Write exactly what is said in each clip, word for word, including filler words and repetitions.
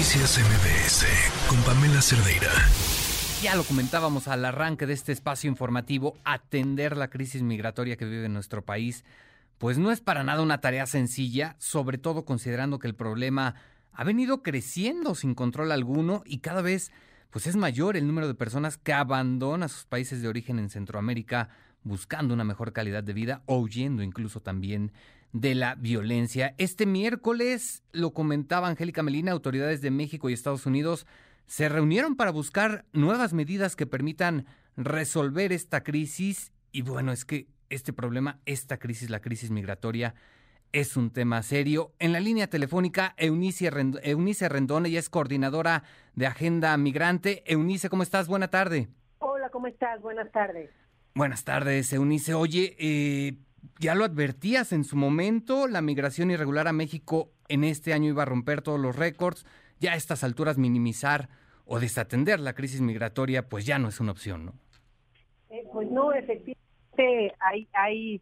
Noticias M B S con Pamela Cerdeira. Ya lo comentábamos al arranque de este espacio informativo, atender la crisis migratoria que vive nuestro país, pues no es para nada una tarea sencilla, sobre todo considerando que el problema ha venido creciendo sin control alguno y cada vez pues es mayor el número de personas que abandonan sus países de origen en Centroamérica buscando una mejor calidad de vida o huyendo incluso también de la violencia. Este miércoles, lo comentaba Angélica Melina, autoridades de México y Estados Unidos se reunieron para buscar nuevas medidas que permitan resolver esta crisis. Y bueno, es que este problema, esta crisis, la crisis migratoria, es un tema serio. En la línea telefónica, Eunice Rendón, Eunice Rendón, ella es coordinadora de Agenda Migrante. Eunice, ¿cómo estás? Buena tarde. Hola, ¿cómo estás? Buenas tardes. Buenas tardes, Eunice. Oye, eh, ya lo advertías en su momento, la migración irregular a México en este año iba a romper todos los récords. Ya a estas alturas minimizar o desatender la crisis migratoria, pues ya no es una opción, ¿no? Eh, pues no, efectivamente hay, hay,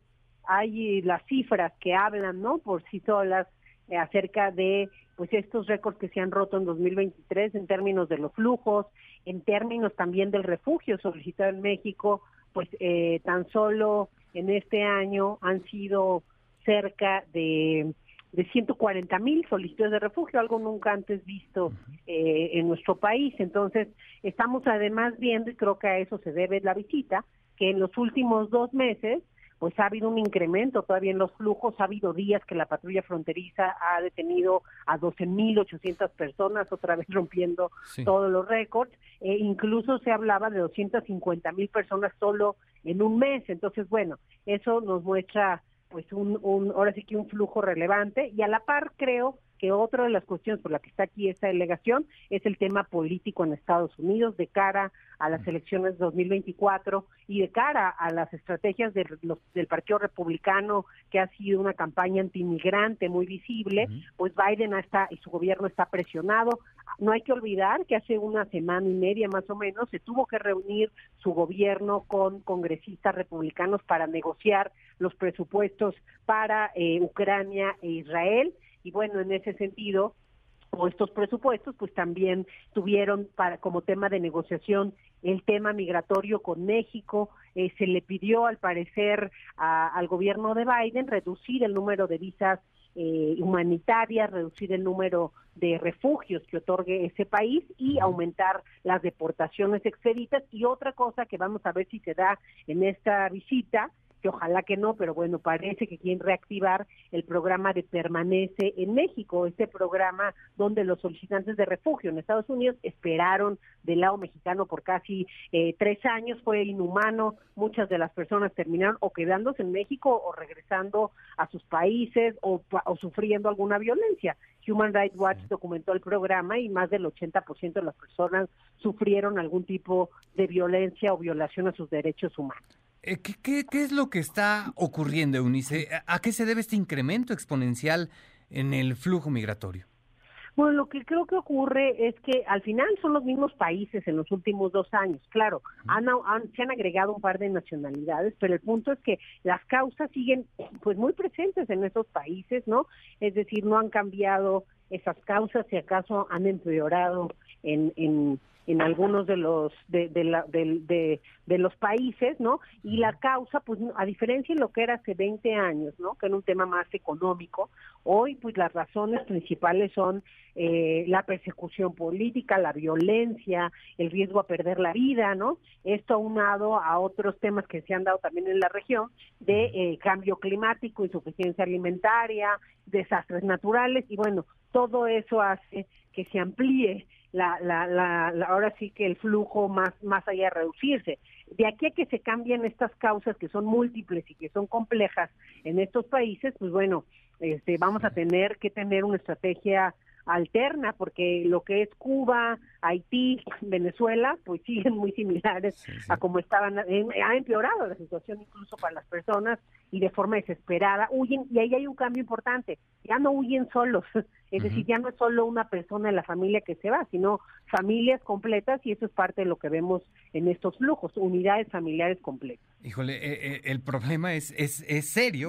hay las cifras que hablan, ¿no? Por sí solas eh, acerca de pues estos récords que se han roto en dos mil veintitrés en términos de los flujos, en términos también del refugio solicitado en México, pues eh, tan solo en este año han sido cerca de de ciento cuarenta mil solicitudes de refugio, algo nunca antes visto eh, en nuestro país. Entonces, estamos además viendo, y creo que a eso se debe la visita, que en los últimos dos meses, pues ha habido un incremento todavía en los flujos, ha habido días que la patrulla fronteriza ha detenido a doce mil ochocientas personas, otra vez rompiendo sí. todos los récords, e incluso se hablaba de doscientas cincuenta mil personas solo en un mes. Entonces, bueno, eso nos muestra pues un, un, ahora sí que un flujo relevante, y a la par creo que otra de las cuestiones por la que está aquí esta delegación es el tema político en Estados Unidos de cara a las elecciones dos mil veinticuatro y de cara a las estrategias de los, del Partido Republicano, que ha sido una campaña antimigrante muy visible. Uh-huh. Pues Biden está y su gobierno está presionado. No hay que olvidar que hace una semana y media más o menos se tuvo que reunir su gobierno con congresistas republicanos para negociar los presupuestos para eh, Ucrania e Israel. Y bueno, en ese sentido, o estos presupuestos, pues también tuvieron para como tema de negociación el tema migratorio con México. Eh, se le pidió, al parecer, a, al gobierno de Biden reducir el número de visas eh, humanitarias, reducir el número de refugios que otorgue ese país y aumentar las deportaciones expeditas. Y otra cosa que vamos a ver si se da en esta visita, que ojalá que no, pero bueno, parece que quieren reactivar el programa de Permanece en México, este programa donde los solicitantes de refugio en Estados Unidos esperaron del lado mexicano por casi eh, tres años, fue inhumano, muchas de las personas terminaron o quedándose en México o regresando a sus países o, o sufriendo alguna violencia. Human Rights Watch documentó el programa y más del ochenta por ciento de las personas sufrieron algún tipo de violencia o violación a sus derechos humanos. ¿Qué, qué, ¿Qué es lo que está ocurriendo, Eunice? ¿A qué se debe este incremento exponencial en el flujo migratorio? Bueno, lo que creo que ocurre es que al final son los mismos países en los últimos dos años. Claro, han, han, se han agregado un par de nacionalidades, pero el punto es que las causas siguen pues muy presentes en esos países, ¿no? Es decir, no han cambiado esas causas, si acaso han empeorado en... en en algunos de los de de, la, de de de los países, ¿no? Y la causa, pues a diferencia de lo que era hace veinte años, ¿no? Que era un tema más económico, hoy pues las razones principales son eh, la persecución política, la violencia, el riesgo a perder la vida, ¿no? Esto aunado a otros temas que se han dado también en la región de eh, cambio climático, insuficiencia alimentaria, desastres naturales, y bueno, todo eso hace que se amplíe La, la, la, la, ahora sí que el flujo más, más allá de reducirse. De aquí a que se cambien estas causas que son múltiples y que son complejas en estos países, pues bueno, este, vamos a tener que tener una estrategia alterna, porque lo que es Cuba, Haití, Venezuela, pues siguen muy similares sí, sí. a como estaban, eh, ha empeorado la situación incluso para las personas y de forma desesperada huyen, y ahí hay un cambio importante, ya no huyen solos, es uh-huh. decir, ya no es solo una persona de la familia que se va, sino familias completas, y eso es parte de lo que vemos en estos flujos, unidades familiares completas. Híjole, eh, eh, el problema es, es, es serio.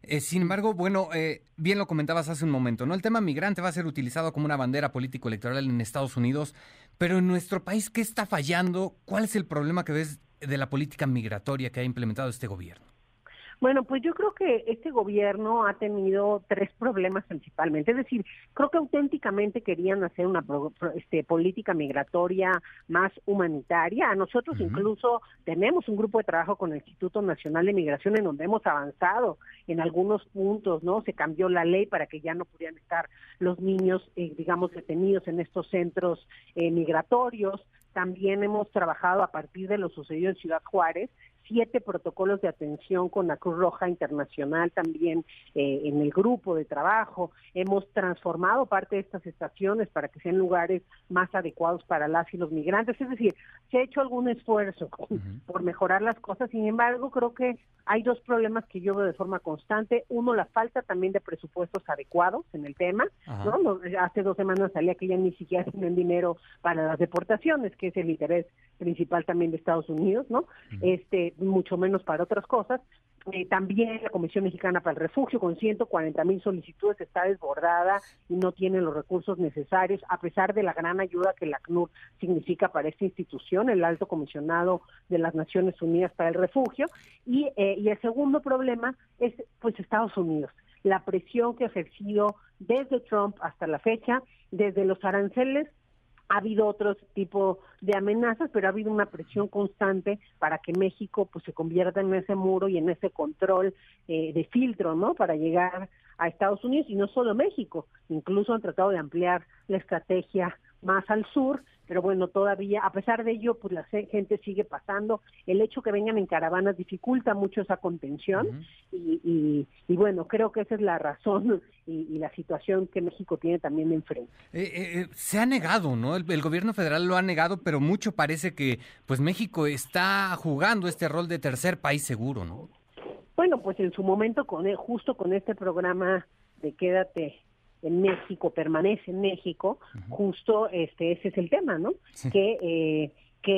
Eh, sin embargo, bueno, eh, bien lo comentabas hace un momento, ¿no? El tema migrante va a ser utilizado como una bandera político-electoral en Estados Unidos, pero en nuestro país, ¿qué está fallando? ¿Cuál es el problema que ves de la política migratoria que ha implementado este gobierno? Bueno, pues yo creo que este gobierno ha tenido tres problemas principalmente. Es decir, creo que auténticamente querían hacer una pro, pro, este, política migratoria más humanitaria. Nosotros uh-huh. incluso tenemos un grupo de trabajo con el Instituto Nacional de Migración en donde hemos avanzado en algunos puntos, ¿no? Se cambió la ley para que ya no pudieran estar los niños, eh, digamos, detenidos en estos centros eh, migratorios. También hemos trabajado a partir de lo sucedido en Ciudad Juárez, siete protocolos de atención con la Cruz Roja Internacional también eh, en el grupo de trabajo. Hemos transformado parte de estas estaciones para que sean lugares más adecuados para las y los migrantes. Es decir, se ha hecho algún esfuerzo uh-huh. por mejorar las cosas. Sin embargo, creo que hay dos problemas que yo veo de forma constante. Uno, la falta también de presupuestos adecuados en el tema. Uh-huh. ¿no? Hace dos semanas salía que ya ni siquiera tienen dinero para las deportaciones, que es el interés principal también de Estados Unidos, ¿no? Uh-huh. Este, mucho menos para otras cosas. Eh, también la Comisión Mexicana para el Refugio, con ciento cuarenta mil solicitudes, está desbordada y no tiene los recursos necesarios, a pesar de la gran ayuda que la C N U R significa para esta institución, el Alto Comisionado de las Naciones Unidas para el Refugio. Y, eh, y el segundo problema es, pues, Estados Unidos. La presión que ha ejercido desde Trump hasta la fecha, desde los aranceles. Ha habido otro tipo de amenazas, pero ha habido una presión constante para que México pues se convierta en ese muro y en ese control eh, de filtro, ¿no? Para llegar a Estados Unidos, y no solo México, incluso han tratado de ampliar la estrategia más al sur, pero bueno, todavía, a pesar de ello, pues la gente sigue pasando. El hecho que vengan en caravanas dificulta mucho esa contención, uh-huh. y, y, y bueno, creo que esa es la razón y, y la situación que México tiene también enfrente. Eh, eh, se ha negado, ¿no? El, el gobierno federal lo ha negado, pero mucho parece que pues México está jugando este rol de tercer país seguro, ¿no? Bueno, pues en su momento, con el, justo con este programa de Quédate en México, permanece en México, uh-huh. justo este ese es el tema, ¿no? Sí. Que eh,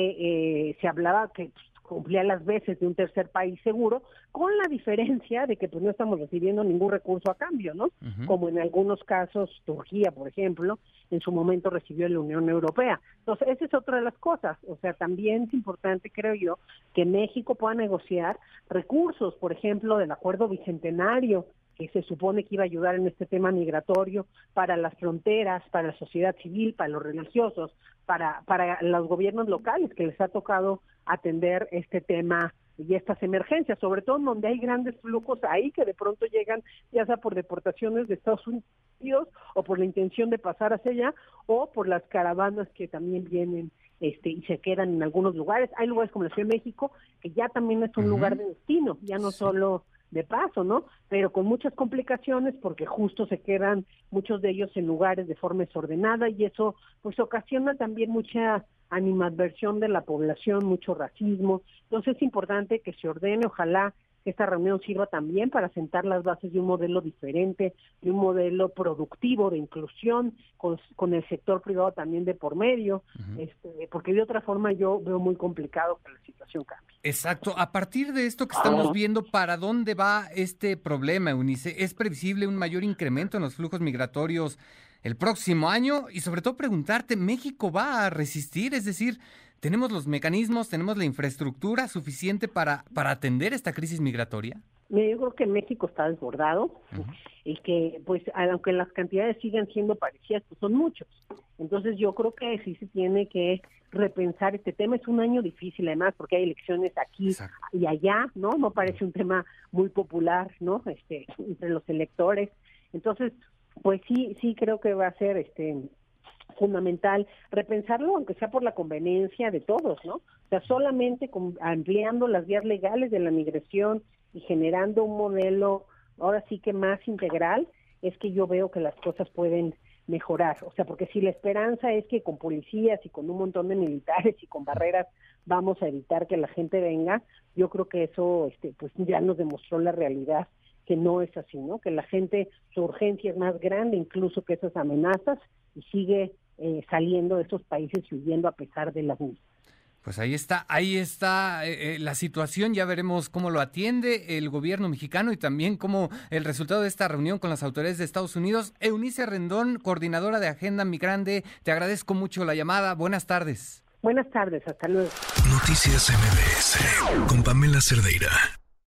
que eh, se hablaba que pues, cumplía las veces de un tercer país seguro, con la diferencia de que pues no estamos recibiendo ningún recurso a cambio, ¿no? Uh-huh. Como en algunos casos, Turquía, por ejemplo, en su momento recibió la Unión Europea. Entonces, esa es otra de las cosas. O sea, también es importante, creo yo, que México pueda negociar recursos, por ejemplo, del Acuerdo Bicentenario, que se supone que iba a ayudar en este tema migratorio, para las fronteras, para la sociedad civil, para los religiosos, para, para los gobiernos locales que les ha tocado atender este tema y estas emergencias, sobre todo en donde hay grandes flujos ahí que de pronto llegan, ya sea por deportaciones de Estados Unidos o por la intención de pasar hacia allá, o por las caravanas que también vienen este y se quedan en algunos lugares. Hay lugares como la Ciudad de México, que ya también es un uh-huh. lugar de destino, ya no sí. solo de paso, ¿no? Pero con muchas complicaciones, porque justo se quedan muchos de ellos en lugares de forma desordenada, y eso pues ocasiona también mucha animadversión de la población, mucho racismo. Entonces es importante que se ordene, ojalá que esta reunión sirva también para sentar las bases de un modelo diferente, de un modelo productivo de inclusión, con, con el sector privado también de por medio, uh-huh. este, porque de otra forma yo veo muy complicado que la situación cambie. Exacto. A partir de esto que estamos viendo, ¿para dónde va este problema, Eunice? ¿Es previsible un mayor incremento en los flujos migratorios el próximo año? Y sobre todo preguntarte, ¿México va a resistir? Es decir, ¿tenemos los mecanismos, tenemos la infraestructura suficiente para, para atender esta crisis migratoria? Mira, yo creo que México está desbordado, uh-huh. y que, pues, aunque las cantidades sigan siendo parecidas, pues son muchos. Entonces yo creo que sí se tiene que repensar este tema. Es un año difícil además porque hay elecciones aquí Exacto. y allá, ¿no? No parece un tema muy popular, ¿no? Este, entre los electores. Entonces, pues sí, sí creo que va a ser este fundamental repensarlo, aunque sea por la conveniencia de todos, ¿no? O sea, solamente con, ampliando las vías legales de la migración y generando un modelo ahora sí que más integral, es que yo veo que las cosas pueden mejorar. O sea, porque si la esperanza es que con policías y con un montón de militares y con barreras vamos a evitar que la gente venga, yo creo que eso este pues ya nos demostró la realidad que no es así, ¿no? Que la gente, su urgencia es más grande incluso que esas amenazas, y sigue eh, saliendo de esos países y huyendo a pesar de las mismas. Pues ahí está, ahí está eh, la situación, ya veremos cómo lo atiende el gobierno mexicano y también cómo el resultado de esta reunión con las autoridades de Estados Unidos. Eunice Rendón, coordinadora de Agenda Migrante, te agradezco mucho la llamada, buenas tardes. Buenas tardes, hasta luego. Noticias M B S con Pamela Cerdeira.